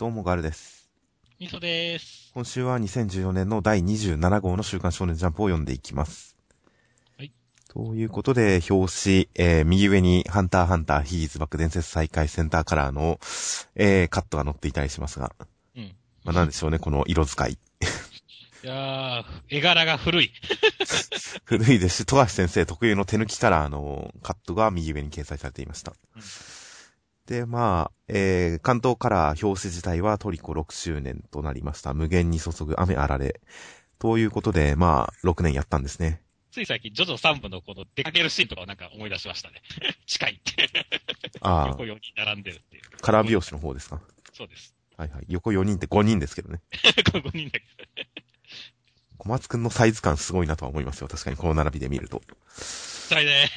どうもガルです。 みそです。 今週は2014年の第27号の週刊少年ジャンプを読んでいきます。 はい。 ということで、表紙、右上にハンターハンターヒーズバック伝説再開センターカラーの、カットが載っていたりしますが。 うん。 まあなんでしょうね、この色使い。 いやー、絵柄が古い。 古いですし、富樫先生特有の手抜きカラーのカットが右上に掲載されていました。 うん、 で、まあ、関東カラー表紙自体はトリコ6周年となりました。無限に注ぐ雨あられ。ということで、まあ、6年やったんですね。 つい最近、ジョジョ3部のこの出かけるシーンとかをなんか思い出しましたね。近いって。 ああ。 横4人並んでるっていう。 カラー拍子の方ですか？ そうです。 はいはい。横4人って5人ですけどね。 この5人だけど。 小松くんのサイズ感すごいなとは思いますよ。確かにこの並びで見ると。 それで、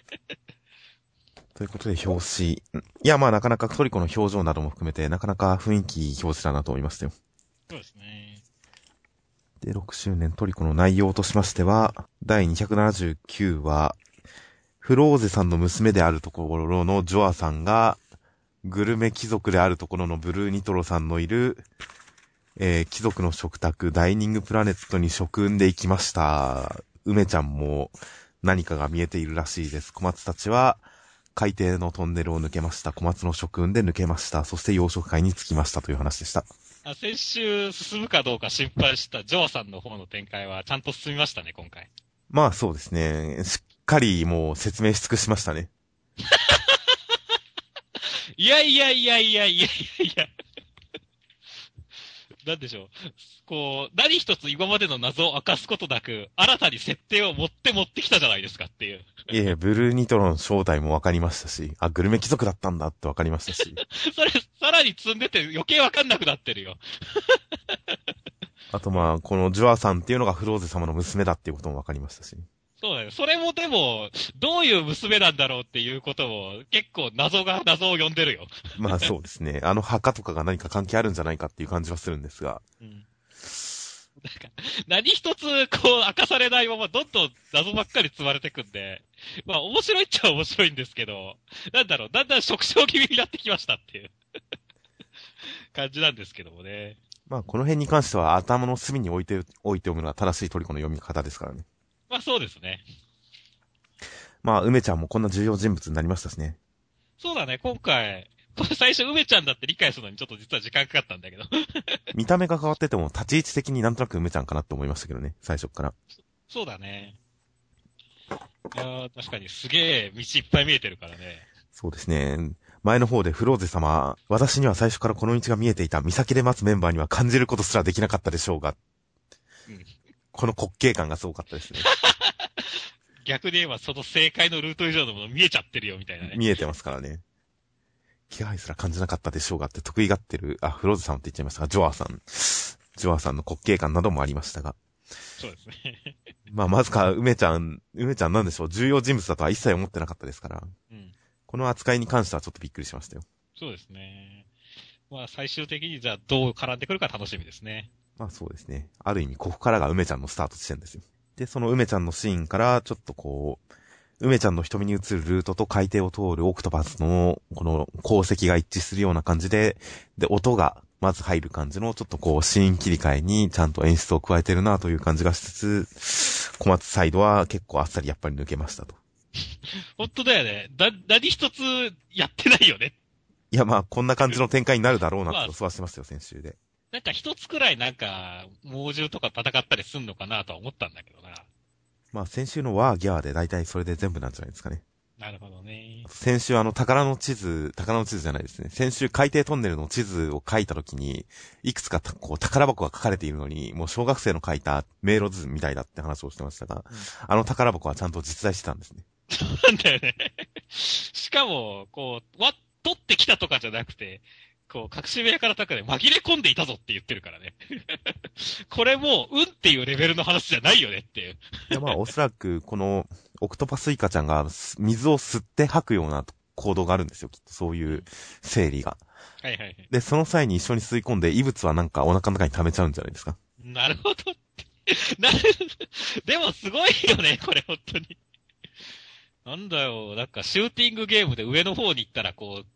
ということで表紙。いや、まあなかなかトリコの表情なども含めてなかなか雰囲気いい表紙だなと思いましたよ。 そうですね。 で、6周年トリコの内容としましては、第279話、フローゼさんの娘であるところのジョアさんが、グルメ貴族であるところのブルーニトロさんのいる、貴族の食卓、ダイニングプラネットに食運で行きました。梅ちゃんも何かが見えているらしいです。小松たちは、海底のトンネルを抜けました。小松の食運で抜けました。そして養殖会に着きましたという話でした。 先週進むかどうか心配したジョアさんの方の展開はちゃんと進みましたね、今回。 まあそうですね。しっかりもう説明し尽くしましたね。 いやいやいやいやいやいや。なんでしょう。こう、何一つ今までの謎を明かすことなく、新たに設定を持ってきたじゃないですかっていう。 いえいえ、ブルーニトロの正体もわかりましたし、あ、グルメ貴族だったんだってわかりましたし。 それ、さらに積んでて余計わかんなくなってるよ。 あとまあ、このジョアさんっていうのがフローゼ様の娘だっていうこともわかりましたし。 そうだよ。それもでも、どういう娘なんだろうっていうことも、結構謎を呼んでるよ。 まあそうですね。あの墓とかが何か関係あるんじゃないかっていう感じはするんですが。 うん。なんか、何一つ、こう、明かされないまま、どんどん謎ばっかり積まれてくんで、まあ、面白いっちゃ面白いんですけど、なんだろう、だんだん縮小気味になってきましたっていう感じなんですけどもね。 まあこの辺に関しては頭の隅に置いておくのが正しいトリコの読み方ですからね。 まあ、そうですね。 まあ梅ちゃんもこんな重要人物になりましたしね。 そうだね、今回、これ最初梅ちゃんだって理解するのにちょっと実は時間かかったんだけど。 見た目が変わってても立ち位置的になんとなく梅ちゃんかなって思いましたけどね。最初から。 そうだね。いやー、確かにすげえ道いっぱい見えてるからね。 そうですね。前の方でフローゼ様、私には最初からこの道が見えていた。岬で待つメンバーには感じることすらできなかったでしょうが。 うん。 この滑稽感がすごかったですね。 逆に言えばその正解のルート以上のもの見えちゃってるよみたいなね。 見えてますからね。気配すら感じなかったでしょうがって得意がってる、フローゼ様って言っちゃいましたが、ジョアさん。ジョアさんの滑稽感などもありましたが。 そうですね。 まあ、まずか、梅ちゃんなんでしょう、重要人物だとは一切思ってなかったですから。 うん。 この扱いに関してはちょっとびっくりしましたよ。 そうですね。まあ最終的にじゃあどう絡んでくるか楽しみですね。 まあそうですね。ある意味、ここからが梅ちゃんのスタート地点ですよ。で、その梅ちゃんのシーンから、ちょっとこう、梅ちゃんの瞳に映るルートと海底を通るオクトパスの、この鉱石が一致するような感じで、で、音がまず入る感じの、ちょっとこう、シーン切り替えにちゃんと演出を加えてるなという感じがしつつ、小松サイドは結構あっさりやっぱり抜けましたと。 本当だよね。何一つやってないよね。 いやまあ、こんな感じの展開になるだろうなってまあ、 予想はしてますよ、先週で。 なんか一つくらいなんか、猛獣とか戦ったりすんのかなとは思ったんだけどな。 まあ、先週のワーギャーで大体それで全部なんじゃないですかね。 なるほどね。 先週宝の地図じゃないですね。先週海底トンネルの地図を書いたときに、いくつかこう宝箱が書かれているのに、もう小学生の書いた迷路図みたいだって話をしてましたが、 うん、 宝箱はちゃんと実在してたんですね。 そうなんだよね。しかも、こう、取ってきたとかじゃなくて、こう、隠し部屋から高で紛れ込んでいたぞって言ってるからね。これもう、っていうレベルの話じゃないよねっていう。 いやまあ、おそらくこのオクトパスイカちゃんが水を吸って吐くような行動があるんですよ。きっとそういう生理が。 はいはいはい。 で、その際に一緒に吸い込んで異物はなんかお腹の中に溜めちゃうんじゃないですか。 なるほどって。でもすごいよね、これ本当に。なんだよ、なんかシューティングゲームで上の方に行ったらこう、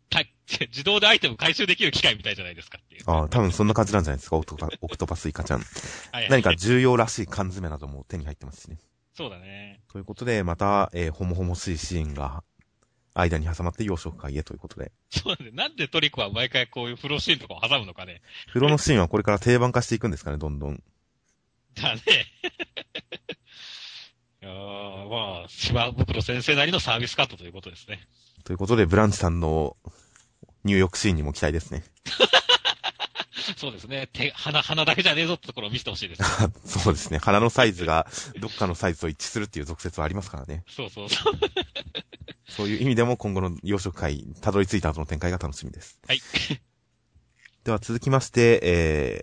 自動でアイテム回収できる機械みたいじゃないですかっていう。 ああ、多分そんな感じなんじゃないですか、オクトパスイカちゃん。 はいはい、 何か重要らしい缶詰なども手に入ってますしね。 そうだね。 ということで、また、ホモホモしいシーンが、間に挟まって洋食会へということで。 そうなんで、なんでトリコは毎回こういう風呂シーンとかを挟むのかね。 風呂のシーンはこれから定番化していくんですかね、どんどん。 だね。まあ、島袋先生なりのサービスカットということですね。 ということで、ブランチさんの入浴シーンにも期待ですね。 そうですね。鼻だけじゃねえぞってところを見せてほしいです、ね。 そうですね。鼻のサイズがどっかのサイズと一致するっていう俗説はありますからね。 そうそうそう。 そういう意味でも今後の養殖会、たどり着いた後の展開が楽しみです。 はい。 では続きまして、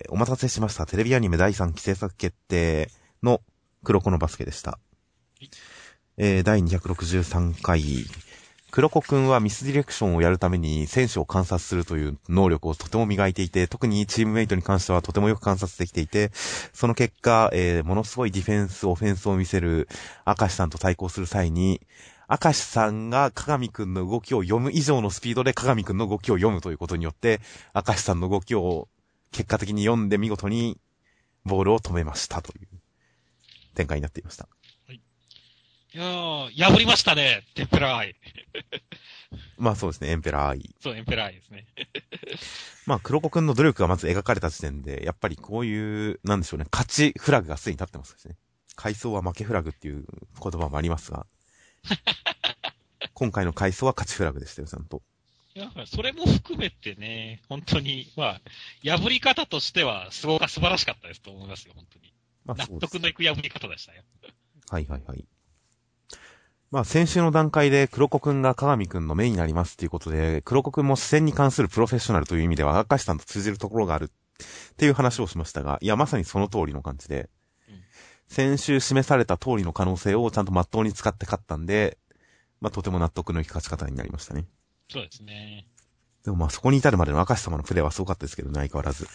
お待たせしました。テレビアニメ第3期制作決定の黒子のバスケでした。第263回、黒子くんはミスディレクションをやるために選手を観察するという能力をとても磨いていて、特にチームメイトに関してはとてもよく観察できていて、その結果、ものすごいディフェンス、オフェンスを見せる明石さんと対抗する際に、明石さんが鏡くんの動きを読む以上のスピードで鏡くんの動きを読むということによって、明石さんの動きを結果的に読んで見事にボールを止めましたという展開になっていました。 いやー、破りましたね、テンペラーアイ。 まあそうですね、エンペラーアイ。 そう、エンペラーアイですね。 まあ黒子くんの努力がまず描かれた時点で、やっぱりこういう、なんでしょうね、勝ちフラグがすでに立ってますしね。回想は負けフラグっていう言葉もありますが、今回の回想は勝ちフラグでしたよ、ちゃんと。 いや、それも含めてね、本当に、まあ、破り方としては、素晴らしかったですと思いますよ、本当に。 まあ、 納得のいく破り方でしたよ。 はいはいはい。まあ先週の段階で黒子くんが鏡くんの目になりますっていうことで、黒子くんも視線に関するプロフェッショナルという意味では、明石さんと通じるところがあるっていう話をしましたが、いやまさにその通りの感じで、先週示された通りの可能性をちゃんと真っ当に使って勝ったんで、まあとても納得のいく勝ち方になりましたね。 そうですね。 でもまあそこに至るまでの明石様のプレーはすごかったですけどね、相変わらず。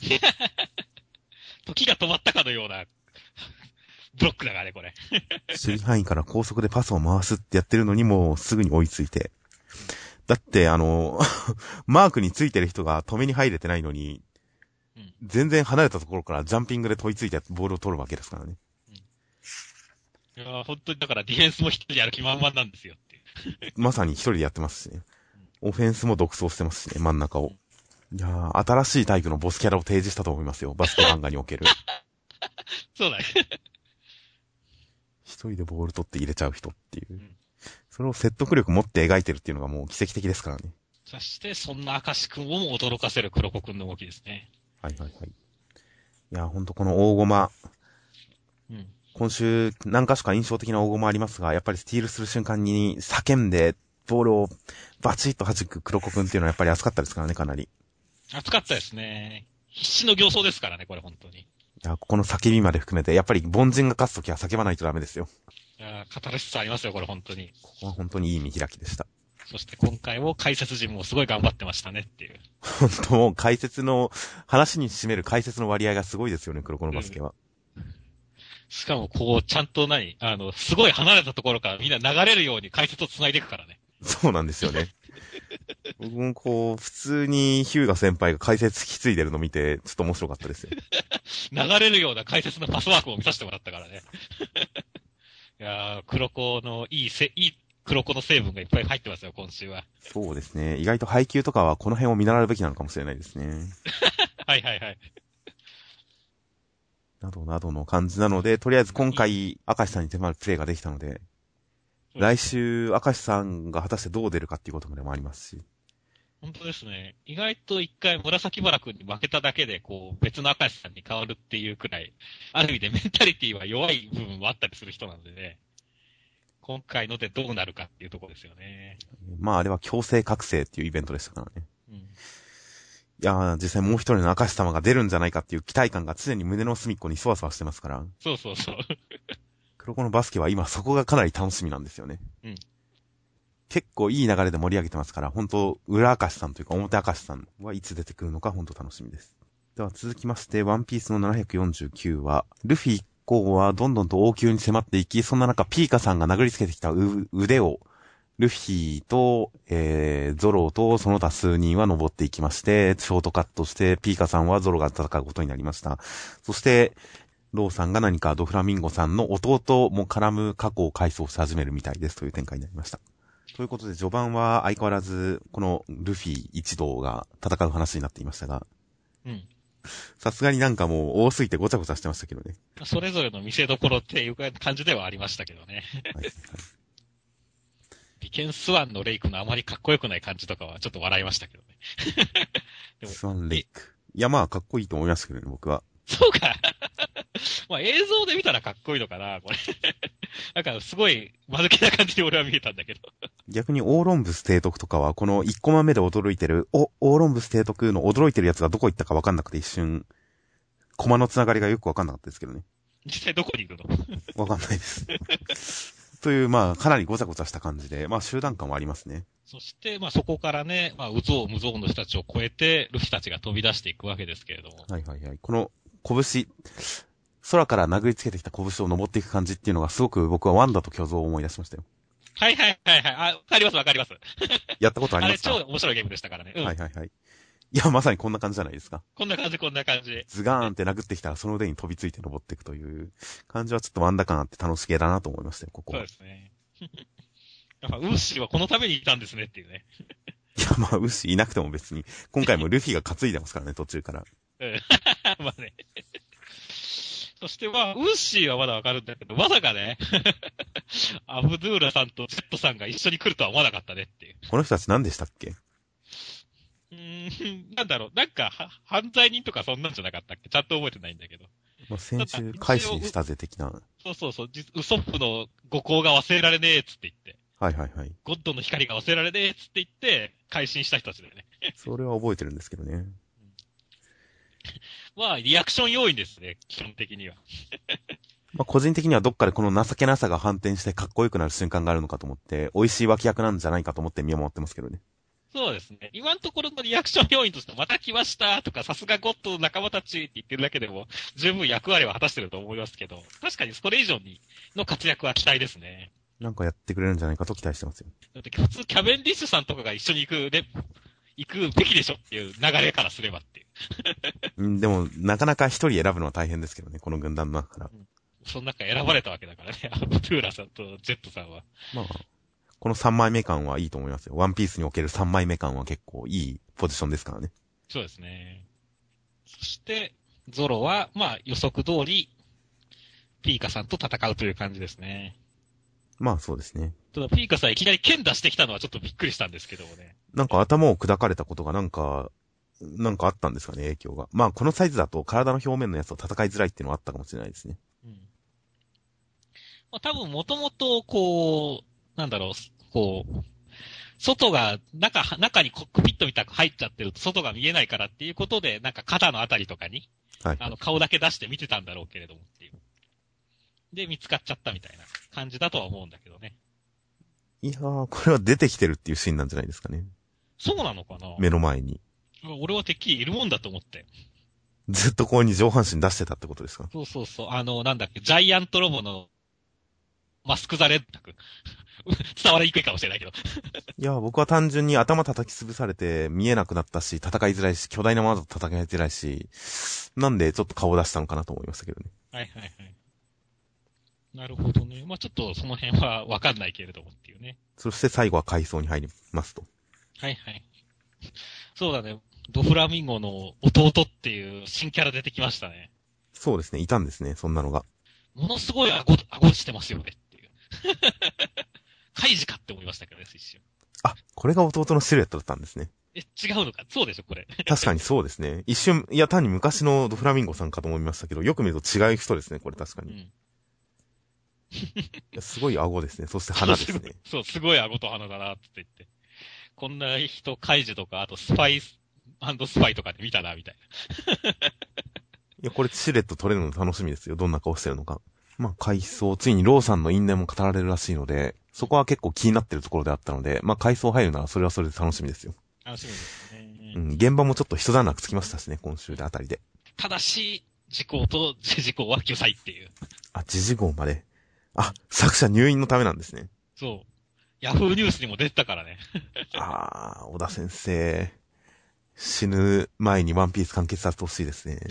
時が止まったかのような、ブロックだからね、これ。 守備範囲から高速でパスを回すってやってるのにもうすぐに追いついて。だってマークについてる人が止めに入れてないのに、全然離れたところからジャンピングで問いついてボールを取るわけですからね。 いや本当にだからディフェンスも一人やる気満々なんですよっていう。 まさに一人でやってますしね。オフェンスも独走してますしね、真ん中を。いやー、新しいタイプのボスキャラを提示したと思いますよ、バスケ漫画における。 そうだね。 一人でボール取って入れちゃう人っていう。それを説得力持って描いてるっていうのがもう奇跡的ですからね。 そして、そんな明石くんをも驚かせる黒子くんの動きですね。 はいはいはい。いや、ほんとこの大駒。今週何箇所か印象的な大駒ありますが、やっぱりスティールする瞬間に叫んで、ボールをバチッと弾く黒子くんっていうのはやっぱり熱かったですからね、かなり。 熱かったですね。必死の形相ですからね、これ本当に。 いや、ここの叫びまで含めて、やっぱり凡人が勝つときは叫ばないとダメですよ。 いやカタルシスありますよ、これ本当に。 ここは本当にいい見開きでした。 そして今回も解説陣もすごい頑張ってましたねっていう。 本当もう解説の、話に占める解説の割合がすごいですよね、黒子のバスケは。 しかもこう、ちゃんとすごい離れたところからみんな流れるように解説を繋いでいくからね。 そうなんですよね。僕もこう、普通にヒューガ先輩が解説引き継いでるの見て、ちょっと面白かったですよ。 流れるような解説のパスワークを見させてもらったからね。いやー、黒子のいい黒子の成分がいっぱい入ってますよ、今週は。 そうですね。意外と配球とかはこの辺を見習うべきなのかもしれないですね。 はいはいはい。 などなどの感じなので、とりあえず今回、明石さんに迫るプレイができたので、来週、明石さんが果たしてどう出るかっていうこともありますし。 本当ですね。意外と一回紫原くんに負けただけで、こう、別の明石さんに変わるっていうくらい、ある意味でメンタリティは弱い部分もあったりする人なんでね。今回のでどうなるかっていうところですよね。 まああれは強制覚醒っていうイベントでしたからね。 うん、 いやー、実際もう一人の明石様が出るんじゃないかっていう期待感が常に胸の隅っこにそわそわしてますから。 そうそうそう。 黒子のバスケは今そこがかなり楽しみなんですよね。 うん。 結構いい流れで盛り上げてますから、本当裏明石さんというか表明石さんはいつ出てくるのか本当楽しみです。では続きまして、ワンピースの749話、ルフィ一行はどんどんと王宮に迫っていき、そんな中ピーカさんが殴りつけてきた腕をルフィと、ゾロとその他数人は登っていきまして、ショートカットして、ピーカさんはゾロが戦うことになりました。そして、ローさんが何かドフラミンゴさんの弟も絡む過去を回想し始めるみたいですという展開になりました。ということで、序盤は相変わらず、このルフィ一同が戦う話になっていましたが、 うん。 さすがになんかもう多すぎてごちゃごちゃしてましたけどね。 それぞれの見せ所っていう感じではありましたけどね。 はいはい、 ビケンスワンのレイクのあまりかっこよくない感じとかはちょっと笑いましたけどね。でもスワンレイク。いやまあかっこいいと思いましたけどね、僕は。 そうか。まあ映像で見たらかっこいいのかな、これ。なんかすごい間抜けな感じで俺は見えたんだけど。 逆にオーロンブス提督とかは、この1コマ目で驚いてる、オーロンブス提督の驚いてるやつがどこ行ったかわかんなくて一瞬、コマのつながりがよくわかんなかったですけどね。 実際どこに行くの？ わかんないです。という、まあ、かなりごちゃごちゃした感じで、まあ、集団感はありますね。 そして、まあそこからね、まあ、うぞうむぞうの人たちを超えて、ルフィたちが飛び出していくわけですけれども。 はいはいはい。この、拳、空から殴りつけてきた拳を登っていく感じっていうのがすごく僕はワンダと巨像を思い出しましたよ。 はいはいはいはい。あ、わかりますわかります。 やったことありますか？ あれ超面白いゲームでしたからね。うん。 はいはいはい。いや、まさにこんな感じじゃないですか。 こんな感じこんな感じ。 ズガーンって殴ってきたらその腕に飛びついて登っていくという感じはちょっとワンダ感あって楽しげだなと思いましたよ、ここは。 そうですね。やっぱウッシーはこのためにいたんですねっていうね。 いや、まあ、ウッシーいなくても別に、今回もルフィが担いでますからね、途中から。 うん。まあね。そしてまあ、ウッシーはまだわかるんだけど、まさかね、アブドゥーラさんとジェットさんが一緒に来るとは思わなかったねっていう。 この人たち何でしたっけ？ なんだろう、なんか、犯罪人とかそんなんじゃなかったっけ？ちゃんと覚えてないんだけど。 まあ、先週、改心したぜ的な。 そうそうそう、ウソップの誤行が忘れられねえっつって言って。 はいはいはい。 ゴッドの光が忘れられねえっつって言って、改心した人たちだよね。 それは覚えてるんですけどね。 まあ、リアクション要因ですね、基本的には。 まあ、個人的にはどっかでこの情けなさが反転してかっこよくなる瞬間があるのかと思って、美味しい脇役なんじゃないかと思って見守ってますけどね。 そうですね。今のところのリアクション要因として、また来ましたとか、さすがゴッドの仲間たちって言ってるだけでも、十分役割は果たしてると思いますけど、確かにそれ以上の活躍は期待ですね。 なんかやってくれるんじゃないかと期待してますよ。 だって普通キャベンディッシュさんとかが一緒に行くべきでしょっていう流れからすればっていう。 でも、なかなか一人選ぶのは大変ですけどね、この軍団の中から。 その中選ばれたわけだからね、アブトゥーラさんとジェットさんは。 まあ、この3枚目感はいいと思いますよ。ワンピースにおける3枚目感は結構いいポジションですからね。 そうですね。そして、ゾロは、まあ予測通り、ピーカさんと戦うという感じですね。 まあそうですね。 ただピーカさんいきなり剣出してきたのはちょっとびっくりしたんですけどもね。 なんか頭を砕かれたことがなんかあったんですかね、影響が。まあこのサイズだと体の表面のやつを戦いづらいっていうのはあったかもしれないですね。 うん。まあ多分もともと、こう、なんだろう、こう、外が、中にコックピットみたく入っちゃってると外が見えないからっていうことで、なんか肩のあたりとかに、 はい。 顔だけ出して見てたんだろうけれどもっていう。で、見つかっちゃったみたいな感じだとは思うんだけどね。 いやー、これは出てきてるっていうシーンなんじゃないですかね。 そうなのかな？ 目の前に。 俺はてっきりいるもんだと思って。 ずっとここに上半身出してたってことですか？ そうそうそう。なんだっけ、ジャイアントロボのマスクザレック。伝わりにくいかもしれないけど。 いや、僕は単純に頭叩き潰されて見えなくなったし、戦いづらいし、巨大なものだと戦いづらいし、なんでちょっと顔を出したのかなと思いましたけどね。 はいはいはい。なるほどね。まあちょっとその辺はわかんないけれどもっていうね。 そして最後は階層に入りますと。 はいはい。そうだね。ドフラミンゴの弟っていう新キャラ出てきましたね。 そうですね、いたんですね、そんなのが。 ものすごい顎してますよねっていう。カイジかって思いましたけどね、一瞬。 あ、これが弟のシルエットだったんですね。 違うのかそうでしょ、これ。 確かにそうですね。一瞬、いや、単に昔のドフラミンゴさんかと思いましたけど、よく見ると違う人ですね、これ確かに。すごい顎ですね。そして鼻ですね。 そう、すごい顎と鼻だなって言って。こんな人、カイジとか、あとスパイスパイとかで見たな、みたいな。 いや、これシルエット取れるの楽しみですよ。どんな顔してるのか。まあ、回想、ついにローさんの因縁も語られるらしいので、そこは結構気になってるところであったので、まあ、回想入るならそれはそれで楽しみですよ。 楽しみですね。 うん、現場もちょっと一段落つきましたしね、今週であたりで。 ただし、時効と時効は救済っていう。 あ、時事号まで。あ、作者入院のためなんですね。 そう。 ヤフーニュースにも出てたからね。 ああ、小田先生、死ぬ前にワンピース完結させてほしいですね。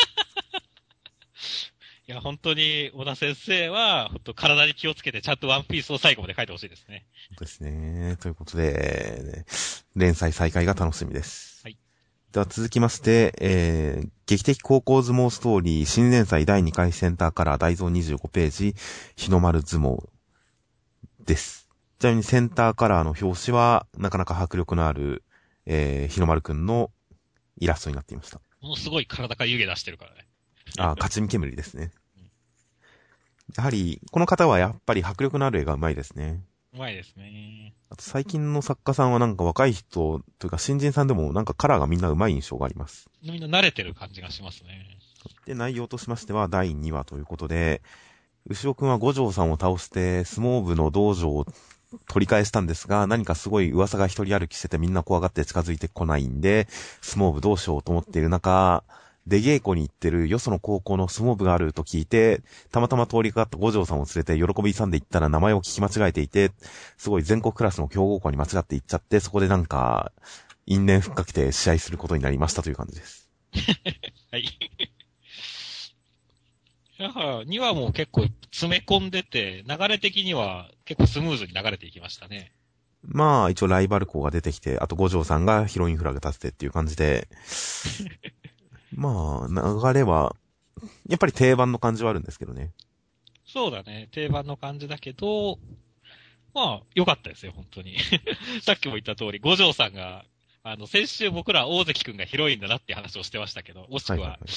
いや、本当に、小田先生は、本当体に気をつけて、ちゃんとワンピースを最後まで書いてほしいですね。 本当ですね。ということで、連載再開が楽しみです。 はい。 では続きまして、劇的高校相撲ストーリー新連載第2回センターカラー大蔵25ページ日の丸相撲です。ちなみにセンターカラーの表紙はなかなか迫力のある、日の丸くんのイラストになっていました。 ものすごい体から湯気出してるからね。 勝ち見煙ですね。やはり、この方はやっぱり迫力のある絵がうまいですね。 うまいですね。 あと最近の作家さんはなんか若い人というか新人さんでもなんかカラーがみんなうまい印象があります。 みんな慣れてる感じがしますね。 で、内容としましては第2話ということで、牛尾くんは五条さんを倒して相撲部の道場を取り返したんですが、何かすごい噂が一人歩きしててみんな怖がって近づいてこないんで、相撲部どうしようと思っている中、出稽古に行ってるよその高校の相撲部があると聞いて、たまたま通りかかった五条さんを連れて喜び勇んで行ったら名前を聞き間違えていて、すごい全国クラスの強豪校に間違って行っちゃって、そこでなんか、因縁ふっかけて試合することになりましたという感じです。 はい。だから2話も結構詰め込んでて、流れ的には結構スムーズに流れていきましたね。 まあ、一応ライバル校が出てきて、あと五条さんがヒロインフラグ立ててっていう感じで、まあ、流れは、やっぱり定番の感じはあるんですけどね。 そうだね。定番の感じだけど、まあ、良かったですよ、本当に。さっきも言った通り、五条さんが、先週僕ら大関くんがヒロインだなっていう話をしてましたけど、もしくは、 はいはいはい、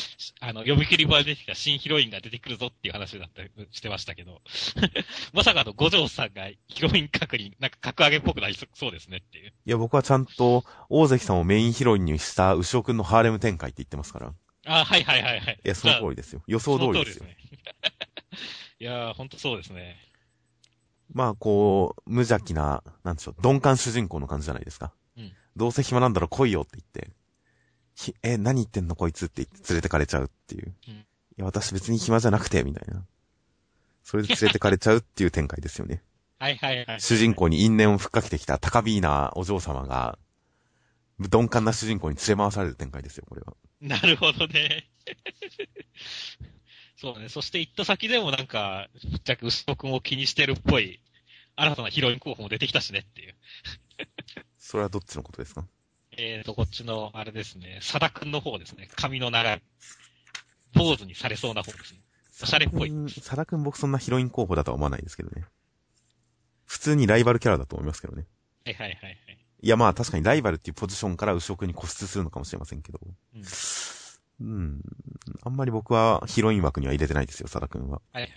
読み切り場で出てきた新ヒロインが出てくるぞっていう話だったりしてましたけど、まさか五条さんがヒロイン格になんか格上げっぽくなりそうですねっていう。 いや、僕はちゃんと、大関さんをメインヒロインにした牛尾くんのハーレム展開って言ってますから。 あ、はいはいはいはい。 いや、その通りですよ。予想通りですよ。 その通りですね。いやー、ほんとそうですね。 まあ、こう、無邪気な、なんでしょう、鈍感主人公の感じじゃないですか。 うん。 どうせ暇なんだろ来いよって言って、何言ってんのこいつって言って連れてかれちゃうっていう。 うん、 いや、私別に暇じゃなくて、みたいな。それで連れてかれちゃうっていう展開ですよね。 はいはいはい、はい。 主人公に因縁をふっかけてきた高ビーなお嬢様が、鈍感な主人公に連れ回される展開ですよ、これは。 なるほどね。そうね。そして行った先でもなんか、ぶっちゃけ牛尾くんを気にしてるっぽい、新たなヒロイン候補も出てきたしねっていう。 それはどっちのことですか？ こっちの、あれですね、佐田くんの方ですね。髪の長い、坊主にされそうな方ですね。おしゃれっぽい。 佐田くん僕そんなヒロイン候補だとは思わないですけどね。普通にライバルキャラだと思いますけどね。 はいはいはいはい。 いやまあ確かにライバルっていうポジションから牛尾くんに固執するのかもしれませんけど。うん。あんまり僕はヒロイン枠には入れてないですよ、佐田くんは。 はいはいはい。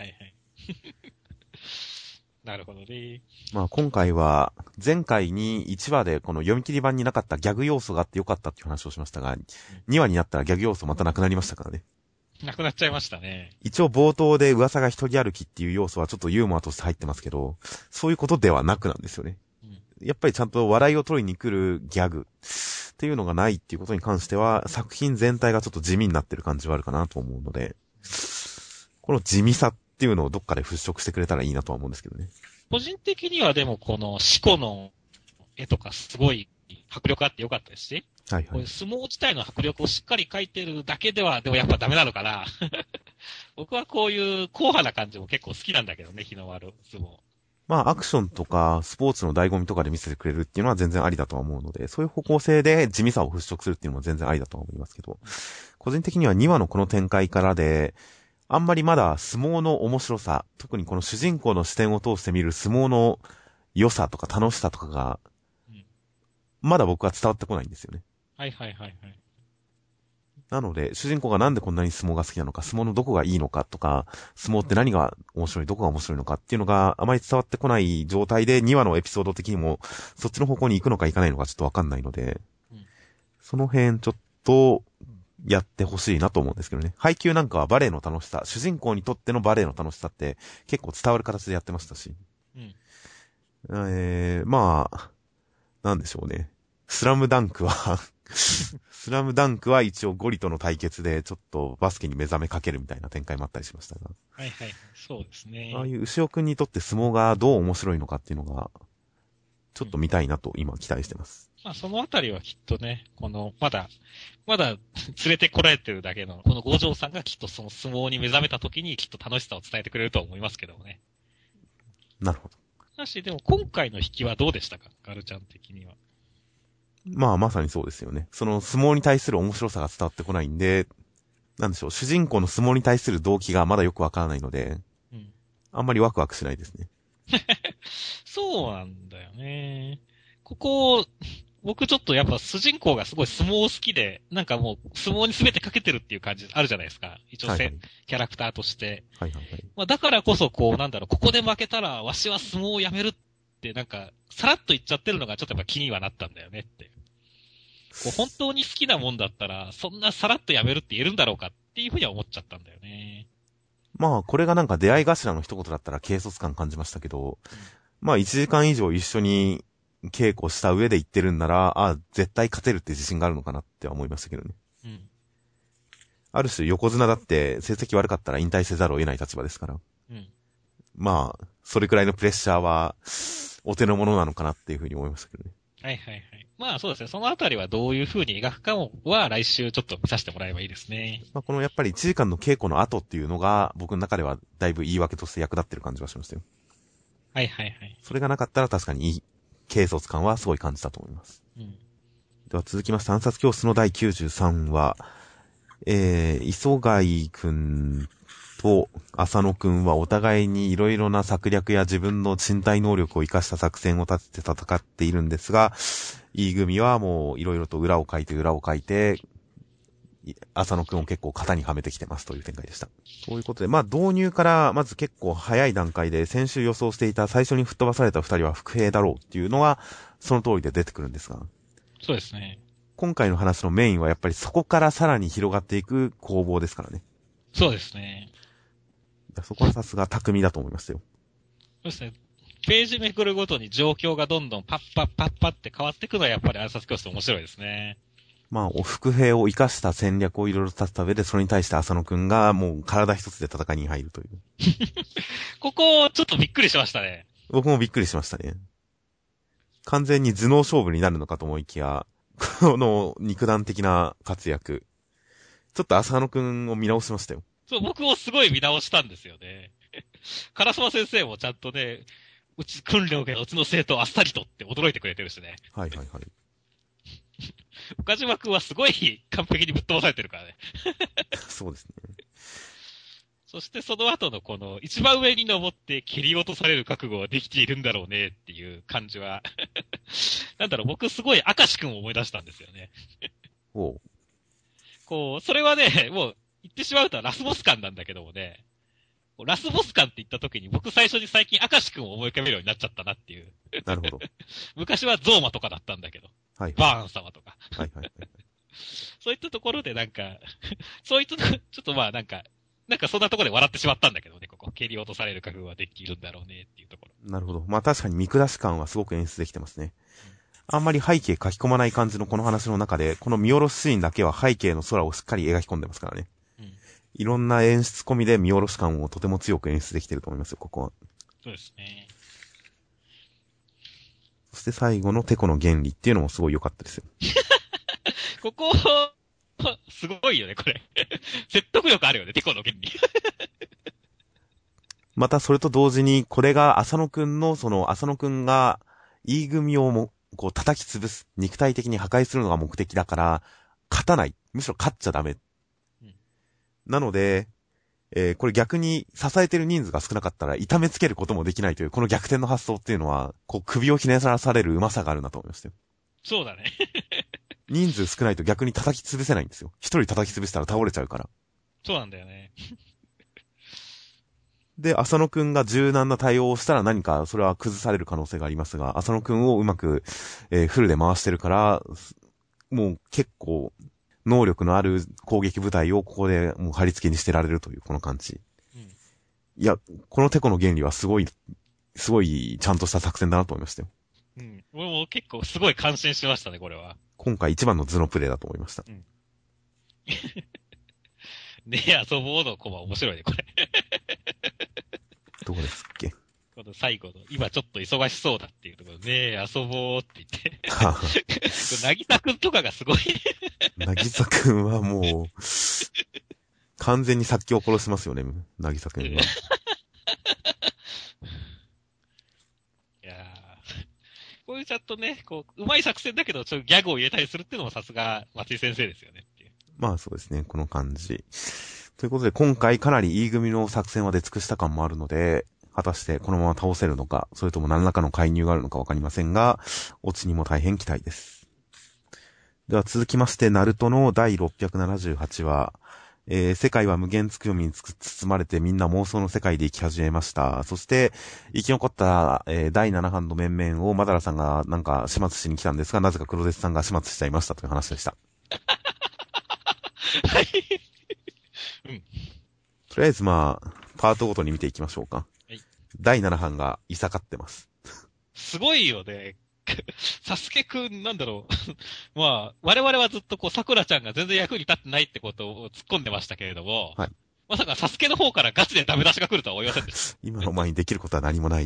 なるほどね。 まあ今回は、前回に1話でこの読み切り版になかったギャグ要素があってよかったっていう話をしましたが、2話になったらギャグ要素またなくなりましたからね。 なくなっちゃいましたね。 一応冒頭で噂が一人歩きっていう要素はちょっとユーモアとして入ってますけど、そういうことではなくなんですよね。やっぱりちゃんと笑いを取りに来るギャグっていうのがないっていうことに関しては、作品全体がちょっと地味になってる感じはあるかなと思うので、この地味さっていうのをどっかで払拭してくれたらいいなとは思うんですけどね。 個人的にはでもこの四股の絵とかすごい迫力あってよかったですし、 はいはい。 こういう相撲自体の迫力をしっかり描いてるだけでは、でもやっぱダメなのかな。僕はこういう硬派な感じも結構好きなんだけどね、日の丸相撲。 まあアクションとかスポーツの醍醐味とかで見せてくれるっていうのは全然ありだとは思うので、そういう方向性で地味さを払拭するっていうのも全然ありだとは思いますけど、個人的には2話のこの展開からで、あんまりまだ相撲の面白さ、特にこの主人公の視点を通して見る相撲の良さとか楽しさとかが、まだ僕は伝わってこないんですよね。 はいはいはいはい。 なので、主人公がなんでこんなに相撲が好きなのか、相撲のどこがいいのかとか、相撲って何が面白い、どこが面白いのかっていうのがあまり伝わってこない状態で2話のエピソード的にも、そっちの方向に行くのか行かないのかちょっとわかんないので、その辺ちょっとやってほしいなと思うんですけどね。配給なんかはバレエの楽しさ、主人公にとってのバレエの楽しさって結構伝わる形でやってましたし。まあ、なんでしょうね。スラムダンクはスラムダンクは一応ゴリとの対決でちょっとバスケに目覚めかけるみたいな展開もあったりしましたが。 はいはい。そうですね。 ああいう牛尾くんにとって相撲がどう面白いのかっていうのが、 ちょっと見たいなと今期待してます。 まあそのあたりはきっとね、まだ連れてこられてるだけの、この五条さんがきっとその相撲に目覚めた時にきっと楽しさを伝えてくれると思いますけどもね。 なるほど。 しかし、でも今回の引きはどうでしたか？ガルちゃん的には。 まあまさにそうですよね。その相撲に対する面白さが伝わってこないんで、なんでしょう、主人公の相撲に対する動機がまだよくわからないので、うん、あんまりワクワクしないですね。 そうなんだよね。僕ちょっとやっぱ主人公がすごい相撲好きで、なんかもう相撲に全てかけてるっていう感じあるじゃないですか。一応、はいはい、キャラクターとして。はいはいはい。まあだからこそここで負けたらわしは相撲をやめるってなんか、さらっと言っちゃってるのがちょっとやっぱ気にはなったんだよねって。本当に好きなもんだったら、そんなさらっとやめるって言えるんだろうかっていうふうには思っちゃったんだよね。 まあこれがなんか出会い頭の一言だったら軽率感感じましたけど、まあ1時間以上一緒に稽古した上で言ってるんなら、絶対勝てるって自信があるのかなって思いましたけどね。うん。ある種横綱だって成績悪かったら引退せざるを得ない立場ですから。うん。まあ、それくらいのプレッシャーは、お手の物なのかなっていうふうに思いましたけどね。 はいはいはい。まあそうですね。そのあたりはどういうふうに描くかは来週ちょっと見させてもらえばいいですね。 まあこのやっぱり1時間の稽古の後っていうのが僕の中ではだいぶ言い訳として役立ってる感じはしましたよ。 はいはいはい。 それがなかったら確かに軽率感はすごい感じたと思います。うん。では続きまして暗殺教室の第93話、磯貝くんと浅野くんはお互いにいろいろな策略や自分の身体能力を活かした作戦を立てて戦っているんですが、E組はもういろいろと裏を書いて、浅野くんを結構型にはめてきてますという展開でした。ということで、まあ導入からまず結構早い段階で先週予想していた最初に吹っ飛ばされた二人は伏兵だろうっていうのはその通りで出てくるんですが。 そうですね。 今回の話のメインはやっぱりそこからさらに広がっていく攻防ですからね。 そうですね。 そこはさすが巧みだと思いましたよ。 そうですね。ページめくるごとに状況がどんどんパッパって変わっていくのはやっぱり暗殺教室面白いですね。 まあ、伏兵を生かした戦略をいろいろ立てた上で、それに対して浅野くんがもう体一つで戦いに入るという。 ここ、ちょっとびっくりしましたね。 僕もびっくりしましたね。完全に頭脳勝負になるのかと思いきや、この肉弾的な活躍。ちょっと浅野くんを見直しましたよ。 そう、僕もすごい見直したんですよね。唐沢先生もちゃんとね、訓練を受けたうちの生徒あっさりとって驚いてくれてるしね。 はいはいはい。 岡島くんはすごい完璧にぶっ飛ばされてるからね。 そうですね。 そしてその後のこの一番上に登って切り落とされる覚悟はできているんだろうねっていう感じは。なんだろう、僕すごい明石くんを思い出したんですよね。 おう。 それはね、もう言ってしまうとラスボス感なんだけどもね。ラスボス感って言った時に僕最初に最近明石くんを思い浮かべるようになっちゃったなっていう。 なるほど。 昔はゾーマとかだったんだけど。はい。バーン様とか。はいはいはい。そういったところでなんか、そういったちょっとまあなんかそんなところで笑ってしまったんだけどね、ここ。蹴り落とされる覚悟はできるんだろうねっていうところ。 なるほど。まあ確かに見下し感はすごく演出できてますね。あんまり背景書き込まない感じのこの話の中で、この見下ろしシーンだけは背景の空をしっかり描き込んでますからね。いろんな演出込みで見下ろし感をとても強く演出できてると思いますよ、ここは。 そうですね。 そして最後のテコの原理っていうのもすごい良かったですよ。 ここ、すごいよね、これ。説得力あるよね、テコの原理。 またそれと同時に、これが浅野くんの、浅野くんが、E組をも、こう叩き潰す、肉体的に破壊するのが目的だから、勝たない。むしろ勝っちゃダメ。なので、これ逆に支えてる人数が少なかったら痛めつけることもできないという、この逆転の発想っていうのは、こう首をひねらされるうまさがあるなと思いましたよ。 そうだね。 人数少ないと逆に叩き潰せないんですよ。一人叩き潰したら倒れちゃうから。 そうなんだよね。 で、浅野くんが柔軟な対応をしたら何かそれは崩される可能性がありますが、浅野くんをうまく、フルで回してるから、もう結構、能力のある攻撃部隊をここでもう貼り付けにしてられるというこの感じ。うん、いや、このテコの原理はすごいちゃんとした作戦だなと思いましたよ。 うん。俺も結構すごい感心しましたね、これは。 今回一番の頭脳プレイだと思いました。うん、 ねえ、遊ぼうのコマ面白いね、これ。 どこですっけ？ この最後の、今ちょっと忙しそうだっていうところねえ、遊ぼうって言って。 ははなぎさくんとかがすごい。 なぎさくんはもう、完全に殺気を殺しますよね、なぎさくんは。 いやー、こういうちゃんとね、こう、うまい作戦だけど、ちょっとギャグを入れたりするっていうのもさすが松井先生ですよねっていう。 まあそうですね、この感じ。ということで、今回かなり E 組の作戦は出尽くした感もあるので、果たしてこのまま倒せるのか、それとも何らかの介入があるのかわかりませんが、オチにも大変期待です。では続きまして、ナルトの第678話、世界は無限つくよみに包まれてみんな妄想の世界で生き始めました。そして、生き残った、第7班の面々をマダラさんがなんか始末しに来たんですが、なぜか黒絶さんが始末しちゃいましたという話でした。 はい。うん。 とりあえずまあ、パートごとに見ていきましょうか。 はい。 第7班がいさかってます。 すごいよね。サスケくん、なんだろう。まあ、我々はずっとこう、桜ちゃんが全然役に立ってないってことを突っ込んでましたけれども、 はい。 まさかサスケの方からガチでダメ出しが来るとは思いませんでした。 今の前にできることは何もない。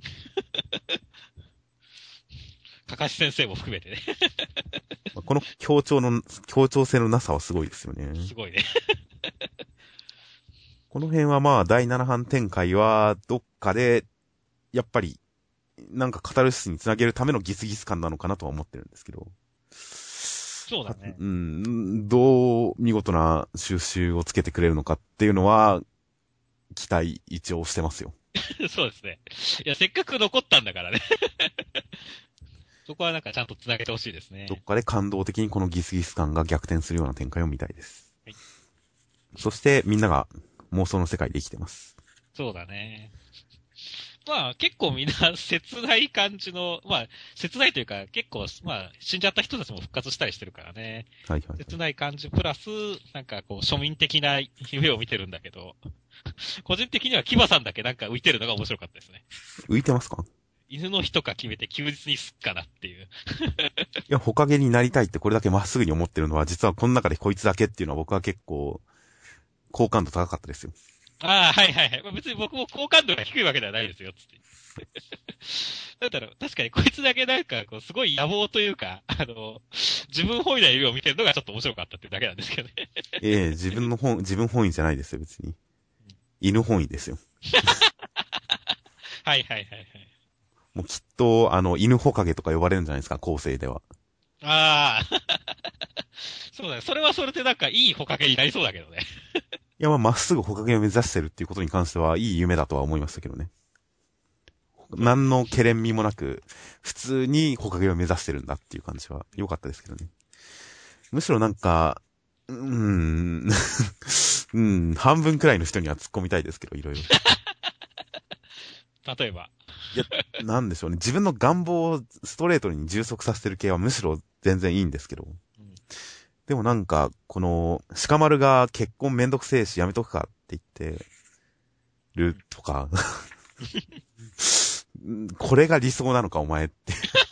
かかし先生も含めてね。 この協調性のなさはすごいですよね。 すごいね。 この辺はまあ、第7班展開は、どっかで、やっぱり、なんかカタルシスにつなげるためのギスギス感なのかなとは思ってるんですけど。 そうだね。 うん、どう見事な収集をつけてくれるのかっていうのは、期待一応してますよ。 そうですね。いや、せっかく残ったんだからね。そこはなんかちゃんとつなげてほしいですね。 どっかで感動的にこのギスギス感が逆転するような展開を見たいです。 はい。 そしてみんなが妄想の世界で生きてます。 そうだね。まあ結構みんな切ない感じの、まあ切ないというか結構まあ死んじゃった人たちも復活したりしてるからね。 はいはい、はい。 切ない感じプラス、なんかこう庶民的な夢を見てるんだけど、個人的にはキバさんだけなんか浮いてるのが面白かったですね。 浮いてますか？ 犬の日とか決めて休日にすっかなっていう。 いや、ほかげになりたいってこれだけまっすぐに思ってるのは、実はこの中でこいつだけっていうのは僕は結構、好感度高かったですよ。 ああ、はいはいはい。まあ、別に僕も好感度が低いわけではないですよ、つって。なんだろう、確かにこいつだけなんか、こう、すごい野望というか、自分本位な夢を見てるのがちょっと面白かったっていうだけなんですけどね。 自分本位じゃないですよ、別に。犬本位ですよ。 はいはいはいはい。 もうきっと、犬ほかげとか呼ばれるんじゃないですか、後世では。 ああ。そうだね。それはそれでなんかいいほかげになりそうだけどね。 いや、まっすぐほかげを目指してるっていうことに関しては、いい夢だとは思いましたけどね。何の懸念味もなく、普通にほかげを目指してるんだっていう感じは良かったですけどね。むしろなんか、半分くらいの人には突っ込みたいですけど、いろいろ。 例えば。 いや、なんでしょうね。自分の願望をストレートに充足させてる系はむしろ全然いいんですけど。 うん、 でもなんか、この、鹿丸が結婚めんどくせえしやめとくかって言ってるとか。これが理想なのかお前って。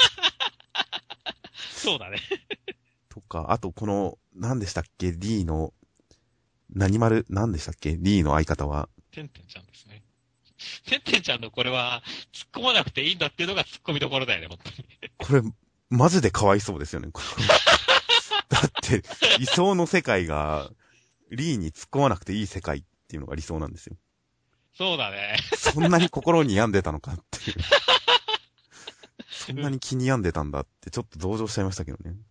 そうだね。 とか、あとこの、何でしたっけ ?D の、何でしたっけ ?D の相方は。 てんてんちゃんですね。てんてんちゃんのこれは、突っ込まなくていいんだっていうのが突っ込みどころだよね、本当に。 これ、マジでかわいそうですよね。だって、理想の世界が、リーに突っ込まなくていい世界っていうのが理想なんですよ。 そうだね。 そんなに心に病んでたのかっていう。そんなに気に病んでたんだって、ちょっと同情しちゃいましたけどね。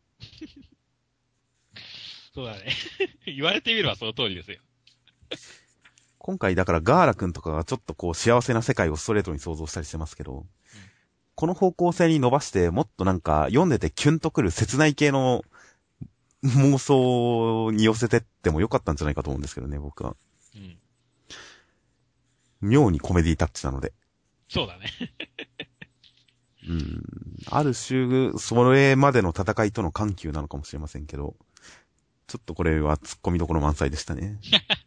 そうだね。言われてみればその通りですよ。 今回だからガーラくんとかがちょっとこう幸せな世界をストレートに想像したりしてますけど、この方向性に伸ばしてもっとなんか読んでてキュンとくる切ない系の妄想に寄せてってもよかったんじゃないかと思うんですけどね、僕は。 うん。 妙にコメディタッチなので。 そうだね。 ある種、それまでの戦いとの緩急なのかもしれませんけど、ちょっとこれは突っ込みどころ満載でしたね。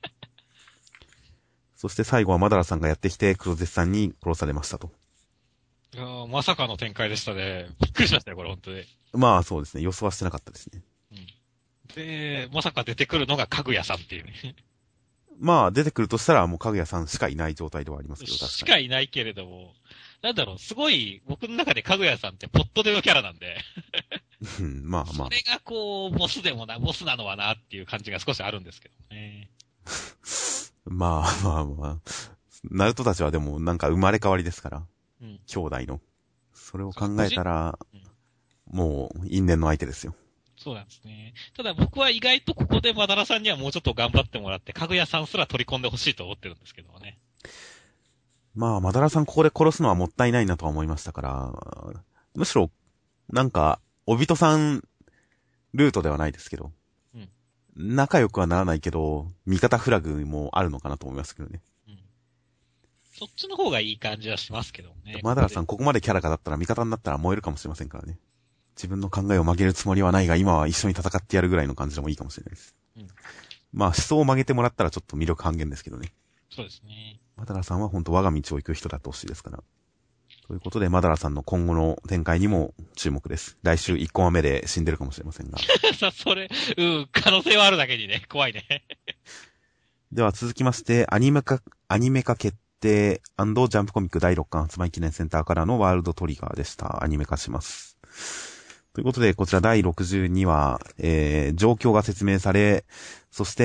そして最後はマダラさんがやってきて、黒絶さんに殺されましたと。 いやまさかの展開でしたね。びっくりしましたね、これ本当に。 まあそうですね、予想はしてなかったですね。 うん。で、まさか出てくるのがかぐやさんっていうね。 まあ出てくるとしたらもうかぐやさんしかいない状態ではありますけど、確かに。 しかいないけれども、なんだろう、すごい、僕の中でかぐやさんってポットでのキャラなんで。 まあまあ。 それがこう、ボスなのはなっていう感じが少しあるんですけどね。 まあまあまあ。ナルトたちはでもなんか生まれ変わりですから。 うん。 兄弟の。それを考えたら、もう因縁の相手ですよ。 そうなんですね。ただ僕は意外とここでマダラさんにはもうちょっと頑張ってもらって、かぐやさんすら取り込んでほしいと思ってるんですけどもね。 まあ、マダラさんここで殺すのはもったいないなとは思いましたから、むしろ、なんか、おびとさんルートではないですけど、 うん。 仲良くはならないけど、味方フラグもあるのかなと思いますけどね。 うん。そっちの方がいい感じはしますけどね。 マダラさんここまでキャラがだったら味方になったら燃えるかもしれませんからね。自分の考えを曲げるつもりはないが、今は一緒に戦ってやるぐらいの感じでもいいかもしれないです。 うん。 まあ、思想を曲げてもらったらちょっと魅力半減ですけどね。 そうですね。 マダラさんは本当我が道を行く人だってほしいですから。ということで、マダラさんの今後の展開にも注目です。来週1コマ目で死んでるかもしれませんが。 さ、それ、可能性はあるだけにね、怖いね。 では続きまして、アニメ化決定&ジャンプコミック第6巻発売記念センターからのワールドトリガーでした。アニメ化します。ということで、こちら第62話、状況が説明され、そして、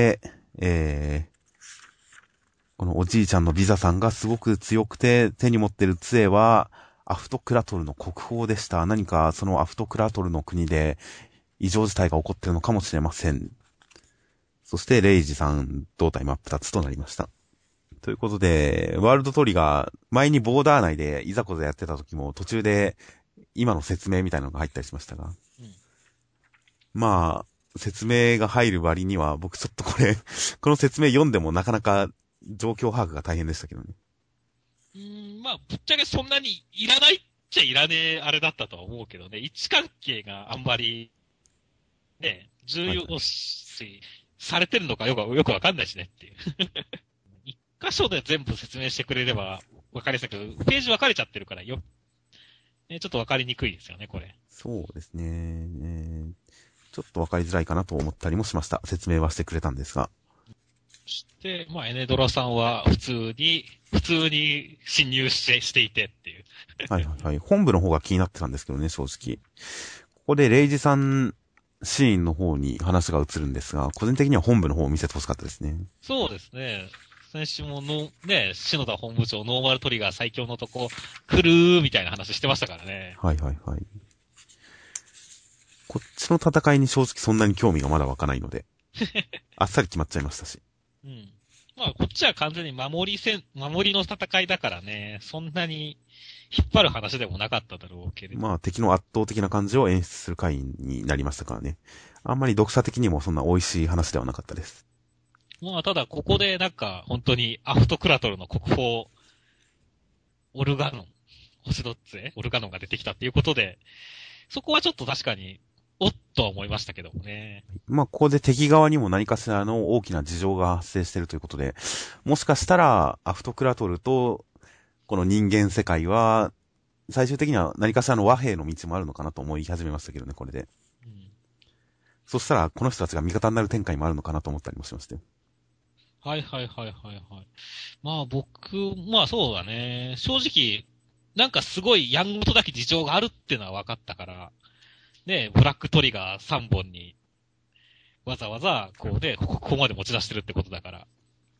このおじいちゃんのビザさんがすごく強くて、手に持ってる杖は、アフトクラトルの国宝でした。何かそのアフトクラトルの国で異常事態が起こっているのかもしれません。そして、レイジさん、胴体真っ二つとなりました。ということで、ワールドトリガー、前にボーダー内でいざこざやってた時も途中で今の説明みたいなのが入ったりしましたが。 うん、 まあ、説明が入る割には僕ちょっとこの説明読んでもなかなか状況把握が大変でしたけどね。 まあ、ぶっちゃけそんなにいらないっちゃいらねえあれだったとは思うけどね、位置関係があんまり、ね、重要視されてるのかよくわかんないしねっていう。一箇所で全部説明してくれればわかりやすいけど、ページ分かれちゃってるからね、ちょっとわかりにくいですよね、これ。 そうですね。ちょっとわかりづらいかなと思ったりもしました。説明はしてくれたんですが。 そして、まあ、エネドラさんは普通に侵入していてっていう。 はいはいはい。本部の方が気になってたんですけどね、正直。ここでレイジさんシーンの方に話が移るんですが、個人的には本部の方を見せてほしかったですね。 そうですね。先週も篠田本部長ノーマルトリガー最強のとこ来るーみたいな話してましたからね。 はいはいはい。こっちの戦いに正直そんなに興味がまだ湧かないので、あっさり決まっちゃいましたし。 うん。まあ、こっちは完全に守りの戦いだからね、そんなに引っ張る話でもなかっただろうけれど。 まあ敵の圧倒的な感じを演出する回になりましたからね。あんまり読者的にもそんな美味しい話ではなかったです。 まあ、ただここでなんか本当にアフトクラトルの国宝、オルガノン、星どっつオルガノンが出てきたっていうことで、そこはちょっと確かに、おっとは思いましたけどもね。 まあここで敵側にも何かしらの大きな事情が発生しているということで、もしかしたらアフトクラトルとこの人間世界は最終的には何かしらの和平の道もあるのかなと思い始めましたけどね、これで。 うん、 そしたらこの人たちが味方になる展開もあるのかなと思ったりもしましたよ。 はいはいはいはいはい。まあまあそうだね。正直、なんかすごいやんごとだけ事情があるっていうのは分かったから、ね、ブラックトリガー3本に、わざわざ、こうね、ここまで持ち出してるってことだから。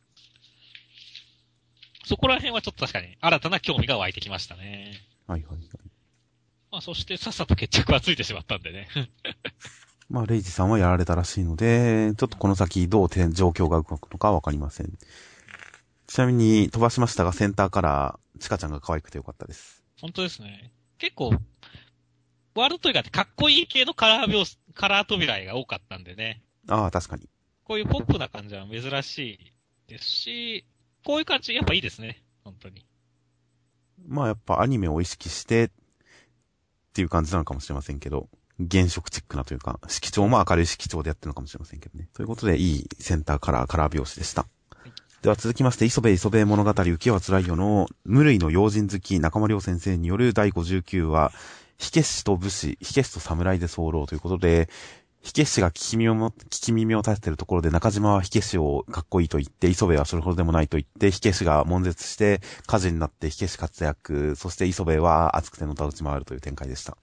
そこら辺はちょっと確かに新たな興味が湧いてきましたね。 はいはいはい。 まあそしてさっさと決着はついてしまったんでね。 まあレイジさんはやられたらしいので、ちょっとこの先どう状況が動くのかわかりません。ちなみに飛ばしましたがセンターからチカちゃんが可愛くてよかったです。 本当ですね。結構、ワールドトリガーってかっこいい系のカラー扉絵が多かったんでね。 ああ、確かに。 こういうポップな感じは珍しいですし、こういう感じやっぱいいですね。本当に。 まあやっぱアニメを意識してっていう感じなのかもしれませんけど、原色チックなというか、色調も明るい色調でやってるのかもしれませんけどね。ということで、いいセンターカラー拍子でした。はい、では続きまして、磯部物語浮世は辛いよの無類の用心好き中間良先生による第59話、火消しと武士、火消しと侍で候ということで、 火消しが聞き耳を立ててるところで中島は火消しをかっこいいと言って、磯部はそれほどでもないと言って、火消しが悶絶して火事になって火消し活躍、そして磯部は熱くてのたうち回るという展開でした。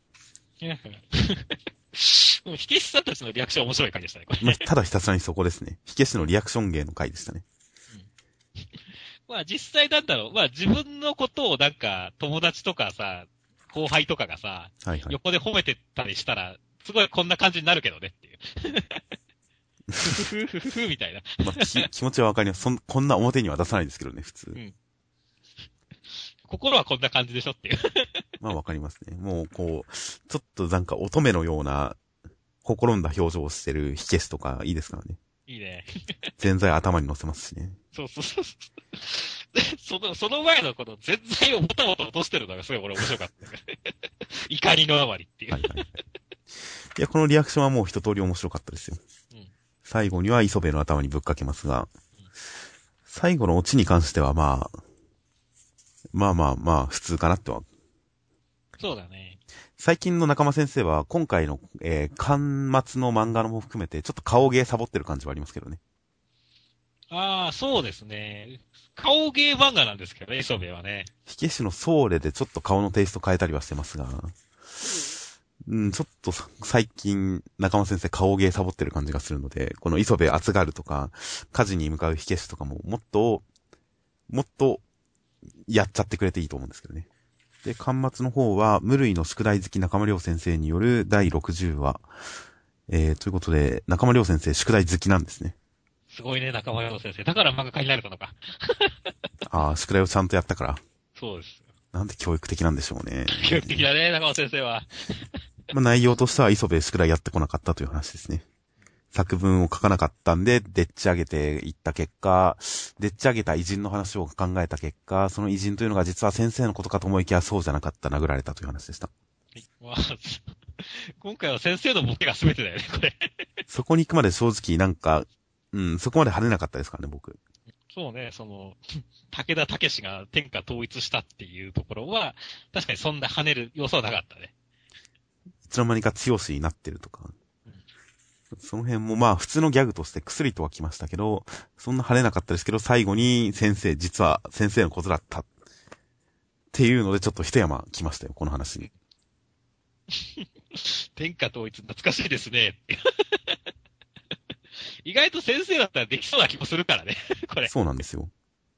もう火消しさんたちのリアクション面白い回でしたね、これ。 ただひたすらにそこですね。火消しのリアクション芸の回でしたね。 まあ実際なんだろう、まあ自分のことをなんか友達とかさ、後輩とかがさ、 はいはい。 横で褒めてたりしたら、すごいこんな感じになるけどねっていう。ふふふふふみたいな。 まあ、気持ちはわかります。こんな表には出さないですけどね、普通。 うん。心はこんな感じでしょっていう。 まあわかりますね。もうこう、ちょっとなんか乙女のような、ほころんだ表情をしてる火消しとかいいですからね。 いいね。 全財頭に乗せますしね。 そうそうそう。その前のこの全財をもたもた落としてるのがすごい俺面白かった。怒りのあまりっていう。 はいはい。いや、このリアクションはもう一通り面白かったですよ。うん、最後には磯部の頭にぶっかけますが、最後のオチに関してはまあ、普通かなっては。 そうだね。 最近の仲間先生は、今回の、巻末の漫画のも含めて、ちょっと顔芸サボってる感じはありますけどね。 ああ、そうですね。顔芸漫画なんですけどね、磯部はね。 火消しのソーレでちょっと顔のテイスト変えたりはしてますが、ちょっと最近、仲間先生顔芸サボってる感じがするので、この磯部厚がるとか、火事に向かう火消しとかも、もっと、やっちゃってくれていいと思うんですけどね。で、巻末の方は、無類の宿題好き中間良先生による第60話。ということで、中間良先生宿題好きなんですね。 すごいね、中間良先生。だから漫画家になれたのか。 ああ、宿題をちゃんとやったから。 そうです。 なんで教育的なんでしょうね。 教育的だね、中間先生は。 まあ、内容としては磯部宿題やってこなかったという話ですね。作文を書かなかったんで、でっち上げていった結果、でっち上げた偉人の話を考えた結果、その偉人というのが実は先生のことかと思いきやそうじゃなかった、殴られたという話でした。 まあ、今回は先生のボケが全てだよね、これ。 そこに行くまで正直なんか、そこまで跳ねなかったですからね、僕。 そうね、武田武史が天下統一したっていうところは、確かにそんな跳ねる要素はなかったね。 いつの間にか強しになってるとか。その辺もまあ普通のギャグとして薬とは来ましたけど、そんな跳ねなかったですけど、最後に実は先生のことだった。っていうのでちょっと一山来ましたよ、この話に。 天下統一懐かしいですね。意外と先生だったらできそうな気もするからね、これ。 そうなんですよ。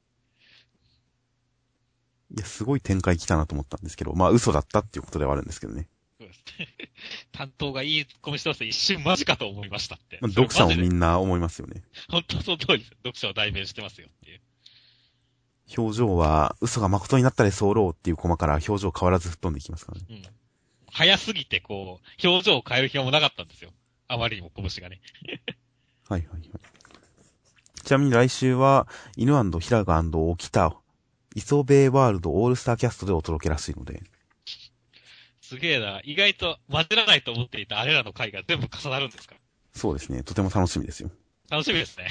いや、すごい展開来たなと思ったんですけど、まあ嘘だったっていうことではあるんですけどね。 そうですね。担当がいいコメしてます一瞬マジかと思いましたって。 まあ、読者もみんな思いますよね。 本当その通りです。読者は代弁してますよっていう。 表情は嘘が誠になったで候っていうコマから表情変わらず吹っ飛んでいきますからね。 うん。早すぎて表情を変える暇もなかったんですよ。あまりにも拳がね。 はいはいはい。ちなみに来週は、犬&平賀&沖田、磯部ワールドオールスターキャストでお届けらしいので。 すげえな。意外と混ぜらないと思っていたあれらの回が全部重なるんですか？ そうですね。とても楽しみですよ。 楽しみですね。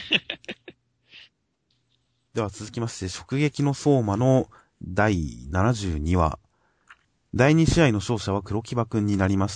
では続きまして、直撃の相馬の第72話。第2試合の勝者は黒木場くんになりました。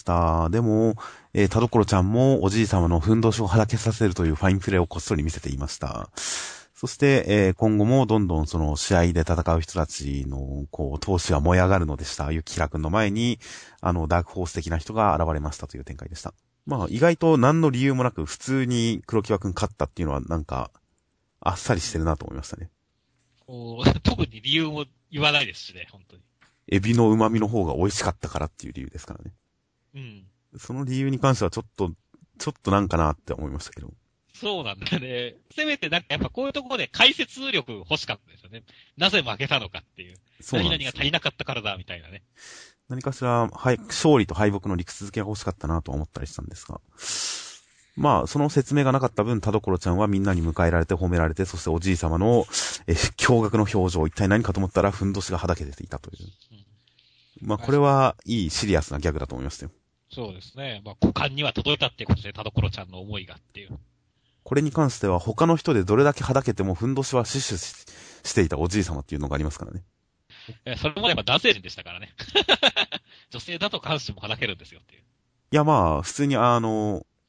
でも、田所ちゃんもおじい様のふんどしをはだけさせるというファインプレーをこっそり見せていました。そして、今後もどんどんその試合で戦う人たちの、闘志が燃え上がるのでした。雪平くんの前に、ダークホース的な人が現れましたという展開でした。まあ、意外と何の理由もなく普通に黒木場くん勝ったっていうのはなんか、あっさりしてるなと思いましたね。 特に理由も言わないですしね、本当に。 エビの旨味の方が美味しかったからっていう理由ですからね。 うん。 その理由に関してはちょっとなんかなって思いましたけど。 そうなんだよね。せめてなんかやっぱこういうところで解説力欲しかったですよね。なぜ負けたのかっていう。何々が足りなかったからだ、みたいなね。 何かしら、勝利と敗北の理屈付けが欲しかったなと思ったりしたんですが。まあ、その説明がなかった分、田所ちゃんはみんなに迎えられて褒められて、そしておじい様の、驚愕の表情、一体何かと思ったら、ふんどしがはだけていたという。まあ、これはいいシリアスなギャグだと思いましたよ。 そうですね。まあ、股間には届いたっていうことで、田所ちゃんの思いがっていう。 これに関しては、他の人でどれだけはだけても、ふんどしは死守していたおじい様っていうのがありますからね。 それもやっぱ男性陣でしたからね。女性だと関心もはだけるんですよっていう。 いや、まあ、普通に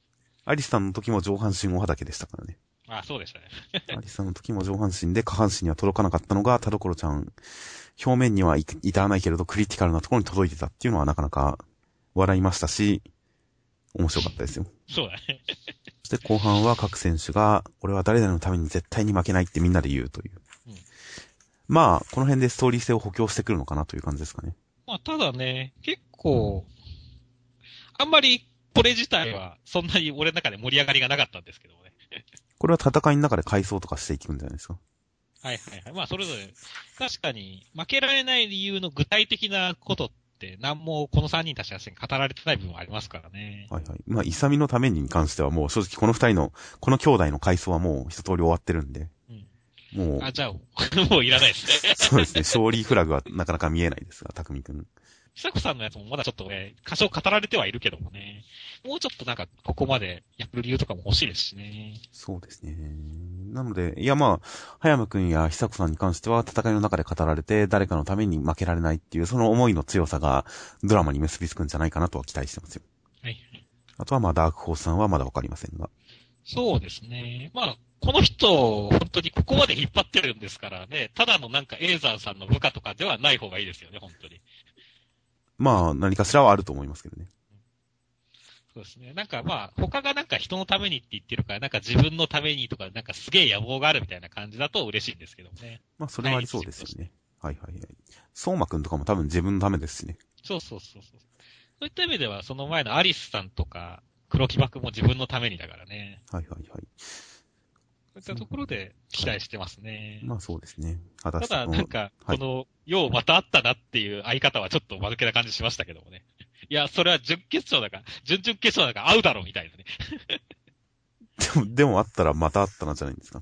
アリスさんの時も上半身おはだけでしたからね。 あ、そうでしたね。 アリスさんの時も上半身で下半身には届かなかったのが、田所ちゃん、表面には至らないけれど、クリティカルなところに届いてたっていうのはなかなか笑いましたし、面白かったですよ。 そうだね。 そして後半は各選手が、俺は誰々のために絶対に負けないってみんなで言うという。 うん、 まあ、この辺でストーリー性を補強してくるのかなという感じですかね。 まあ、ただね、結構、あんまりこれ自体はそんなに俺の中で盛り上がりがなかったんですけどね。 これは戦いの中で回想とかしていくんじゃないですか。 はいはいはい。まあ、それぞれ、確かに負けられない理由の具体的なことって何もこの3人たちが語られてない部分はありますからね。 はいはい。まあ、イサミのために関してはもう正直この2人の、この兄弟の回想はもう一通り終わってるんで。うん。もう。 あ、じゃあ、もういらないですね。 そうですね。勝利フラグはなかなか見えないですが、匠くん。 久子さんのやつもまだちょっとね、多少語られてはいるけどもね。もうちょっとなんか、ここまでやる理由とかも欲しいですしね。 そうですね。なので、いやまあ、早間くんや久子さんに関しては戦いの中で語られて、誰かのために負けられないっていう、その思いの強さがドラマに結びつくんじゃないかなとは期待してますよ。 はい。 あとはまあ、ダークホースさんはまだわかりませんが。 そうですね。まあ、この人、本当にここまで引っ張ってるんですからね、ただのなんかエーザーさんの部下とかではない方がいいですよね、本当に。 まあ、何かしらはあると思いますけどね。 そうですね。なんかまあ、他がなんか人のためにって言ってるから、なんか自分のためにとか、なんかすげえ野望があるみたいな感じだと嬉しいんですけどね。 まあ、それはありそうですよね。はいはいはい。相馬くんとかも多分自分のためですしね。 そうそうそうそう。そういった意味では、その前のアリスさんとか、黒木幕も自分のためにだからね。 はいはいはい。 そういったところで期待してますね。 まあそうですね。たただ、なんか、 はい、 この、ようまたあったなっていう相方はちょっと間抜けな感じしましたけどもね。いや、それは準決勝だから、準々決勝だから合うだろうみたいなね。 でもあったらまたあったなじゃないんですか。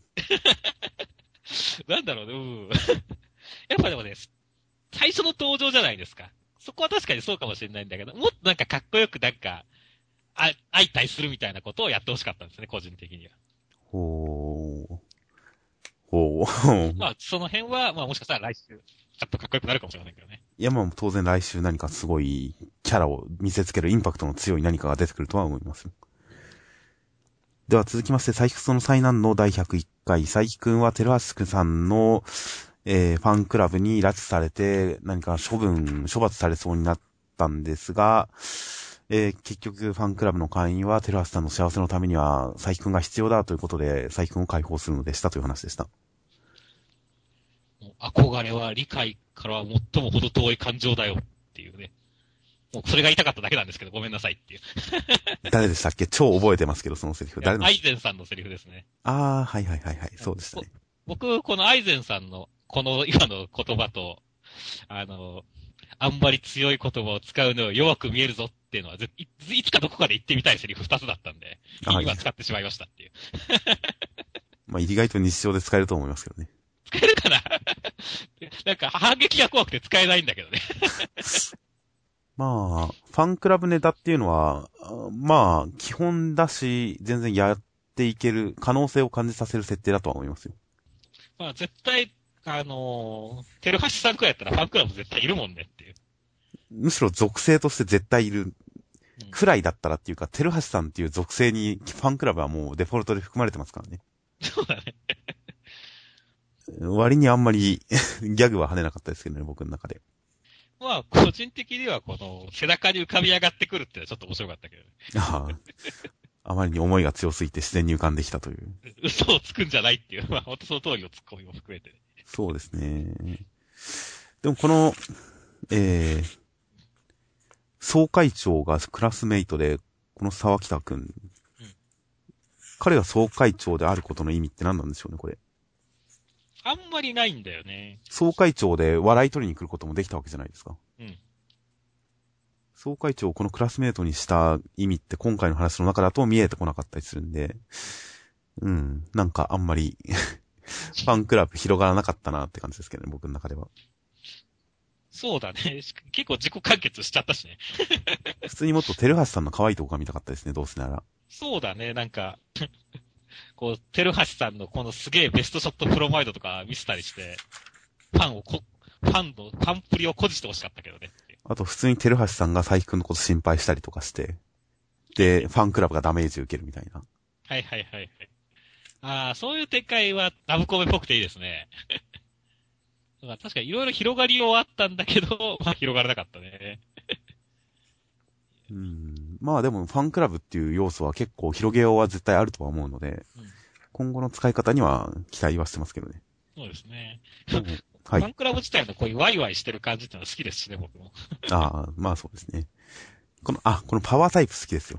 なんだろうね、うん。やっぱでもね、最初の登場じゃないですか。そこは確かにそうかもしれないんだけど、もっとなんかかっこよくなんか、相対するみたいなことをやってほしかったんですね、個人的には。 ほー。ほー。 まあ、その辺は、まあもしかしたら来週、ちょっとかっこよくなるかもしれませんけどね。 いやまあ当然来週何かすごいキャラを見せつけるインパクトの強い何かが出てくるとは思います。では続きまして、佐伯くんの災難の第101回、佐伯くんはテルハスクさんの、ファンクラブに拉致されて何か処罰されそうになったんですが、結局ファンクラブの会員はテルハスさんの幸せのためには佐伯くんが必要だということで佐伯くんを解放するのでしたという話でした。 憧れは理解からは最も程遠い感情だよっていうね。もうそれが言いたかっただけなんですけど、ごめんなさいっていう。 誰でしたっけ？超覚えてますけど、そのセリフ。誰の？ アイゼンさんのセリフですね。 ああ、はいはいはいはい。そうでしたね。 僕、このアイゼンさんの、この今の言葉と、あんまり強い言葉を使うのを弱く見えるぞっていうのは、いつかどこかで言ってみたいセリフ2つだったんで、今使ってしまいましたっていう。 まあ、意外と日常で使えると思いますけどね。 使えるかななんか反撃が怖くて使えないんだけどね。 まあ、ファンクラブネタっていうのは、まあ、基本だし、全然やっていける可能性を感じさせる設定だとは思いますよ。 まあ絶対、テルハシさんくらいやったらファンクラブ絶対いるもんねっていう。 むしろ属性として絶対いる。くらいだったらっていうか、テルハシさんっていう属性にファンクラブはもうデフォルトで含まれてますからね。 そうだね。 割にあんまりギャグは跳ねなかったですけどね、僕の中で。 まあ、個人的にはこの背中に浮かび上がってくるってのはちょっと面白かったけどね。 ああ。あまりに思いが強すぎて自然に浮かんできたという。 嘘をつくんじゃないっていう、まあ本当その通りのツッコミも含めて、ね。 そうですね。でもこの、総会長がクラスメイトで、この沢北くん。彼が総会長であることの意味って何なんでしょうね、これ。 あんまりないんだよね。 総会長で笑い取りに来ることもできたわけじゃないですか。 うん。 総会長をこのクラスメイトにした意味って今回の話の中だと見えてこなかったりするんで、なんかあんまりファンクラブ広がらなかったなって感じですけどね、僕の中では。 そうだね。結構自己完結しちゃったしね。 普通にもっとテルハシさんの可愛いとこが見たかったですね、どうせなら。 そうだね、なんか、こう、テルハシさんのこのすげえベストショットプロマイドとか見せたりして、ファンプリを誇示してほしかったけどね。 あと普通にテルハシさんが佐伯くんのこと心配したりとかして。 で、ファンクラブがダメージ受けるみたいな。 はいはいはいはい。ああ、そういう展開はラブコメっぽくていいですね。まあ確かにいろいろ広がりはあったんだけど、まあ広がらなかったね。 まあでもファンクラブっていう要素は結構広げようは絶対あるとは思うので、今後の使い方には期待はしてますけどね。 そうですね。 はい。 ファンクラブ自体のこういうワイワイしてる感じってのは好きですしね、僕も。 ああ、まあそうですね。このパワータイプ好きですよ。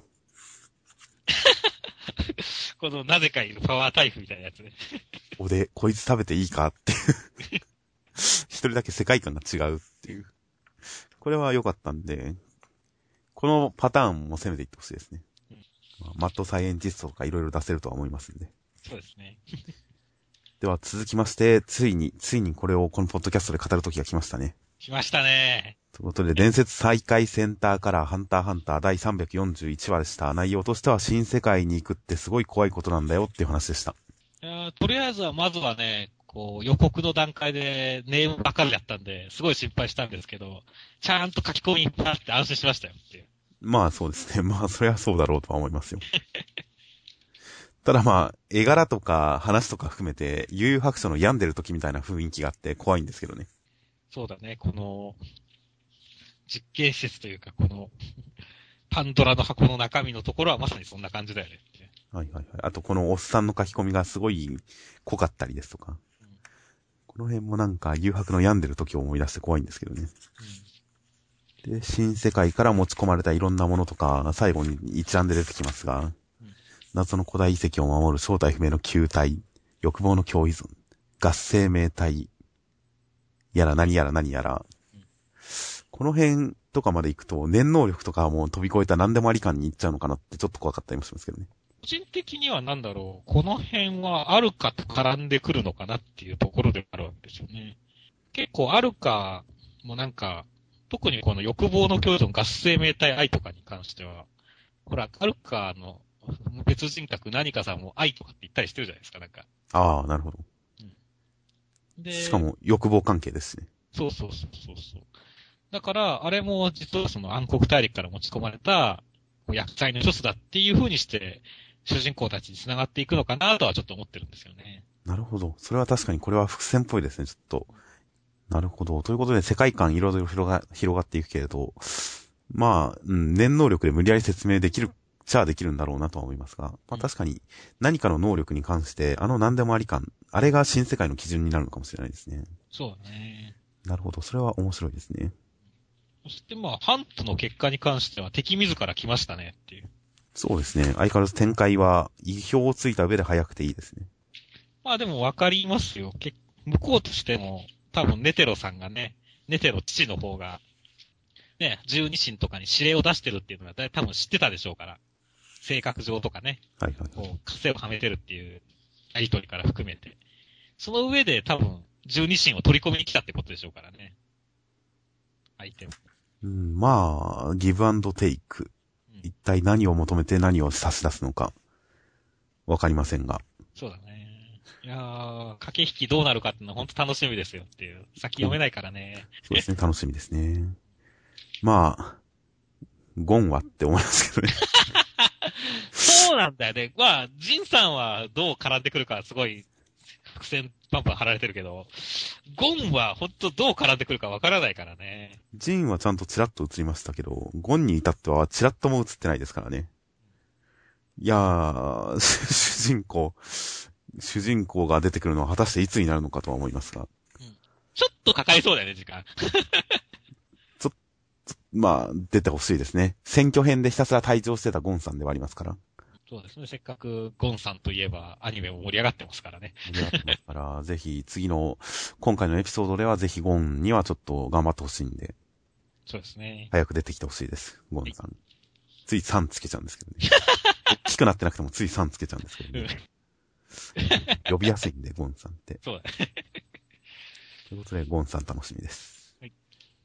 このなぜかいるパワータイプみたいなやつね。 こいつ食べていいかっていう一人だけ世界観が違うっていう。これは良かったんで、このパターンも攻めていってほしいですね。マッドサイエンティストとかいろいろ出せるとは思いますんで。 そうですね。 では続きまして、ついにこれをこのポッドキャストで語る時が来ましたね。 来ましたね。 ということで、伝説再開センターからハンターハンター第341話でした。内容としては新世界に行くってすごい怖いことなんだよっていう話でした。 とりあえずはまずはね、こう予告の段階でネームばかりだったんで、すごい心配したんですけど、ちゃんと書き込みいっぱいあって安心しましたよっていう。 まあそうですね。まあそれはそうだろうとは思いますよ。ただまあ、絵柄とか話とか含めて、悠々白書の病んでる時みたいな雰囲気があって怖いんですけどね。 そうだね、この、実験施設というか、この、パンドラの箱の中身のところはまさにそんな感じだよねっていう。 はいはいはい。あとこのおっさんの書き込みがすごい濃かったりですとか。この辺もなんか誘白の病んでる時を思い出して怖いんですけどね。で、新世界から持ち込まれたいろんなものとか、最後に一覧で出てきますが、謎の古代遺跡を守る正体不明の球体、欲望の共依存、合生命体、やら何やら何やら、この辺とかまで行くと、念能力とかはもう飛び越えた何でもあり感に行っちゃうのかなってちょっと怖かったりもしますけどね。 個人的にはなんだろう、この辺はアルカと絡んでくるのかなっていうところであるわけですよね。結構アルカもなんか、特にこの欲望の共依存合生命体愛とかに関しては、ほら、アルカの別人格何かさんも愛とかって言ったりしてるじゃないですか、なんか。 ああ、なるほど。 で、 しかも欲望関係ですね。 そうそうそうそうそう。だから、あれも実はその暗黒大陸から持ち込まれた薬剤の一つだっていう風にして、主人公たちに繋がっていくのかなとはちょっと思ってるんですよね。 なるほど。それは確かにこれは伏線っぽいですね、ちょっと。なるほど。ということで世界観いろいろ広がっていくけれど、まあ、念能力で無理やり説明できるっちゃできるんだろうなとは思いますが、まあ確かに何かの能力に関して、何でもあり感、あれが新世界の基準になるのかもしれないですね。 そうだね。 なるほど。それは面白いですね。 そしてまあ、ハントの結果に関しては敵自ら来ましたねっていう。 そうですね。相変わらず展開は意表をついた上で早くていいですね。 まあでもわかりますよ。向こうとしても、多分ネテロさんがね、ネテロ父の方が、ね、十二神とかに指令を出してるっていうのは多分知ってたでしょうから。性格上とかね。 はいはい。 こう、枷をはめてるっていう、やりとりから含めて。その上で多分、十二神を取り込みに来たってことでしょうからね。相手も。 まあ、ギブアンドテイク。一体何を求めて何を差し出すのか、わかりませんが。 そうだね。いやー、駆け引きどうなるかっていうのは本当楽しみですよっていう。先読めないからね。 そうですね、楽しみですね。まあ、ゴンはって思いますけどね。 そうなんだよね。まあ、ジンさんはどう絡んでくるかすごい伏線パンパン張られてるけど、ゴンは本当どう絡んでくるかわからないからね。 ジンはちゃんとチラッと映りましたけど、ゴンに至ってはチラッとも映ってないですからね。いやー、主人公が出てくるのは果たしていつになるのかとは思いますが。 ちょっとかかりそうだよね、時間。 まあ、出てほしいですね。選挙編でひたすら退場してたゴンさんではありますから。 そうですね。せっかくゴンさんといえばアニメも盛り上がってますからね。 盛り上がってますから、ぜひ今回のエピソードではぜひゴンにはちょっと頑張ってほしいんで。 そうですね。 早く出てきてほしいです。ゴンさん。つい3つけちゃうんですけどね。大きくなってなくてもつい3つけちゃうんですけどね。呼びやすいんで、ゴンさんって。 そうだね。 ということで、ゴンさん楽しみです。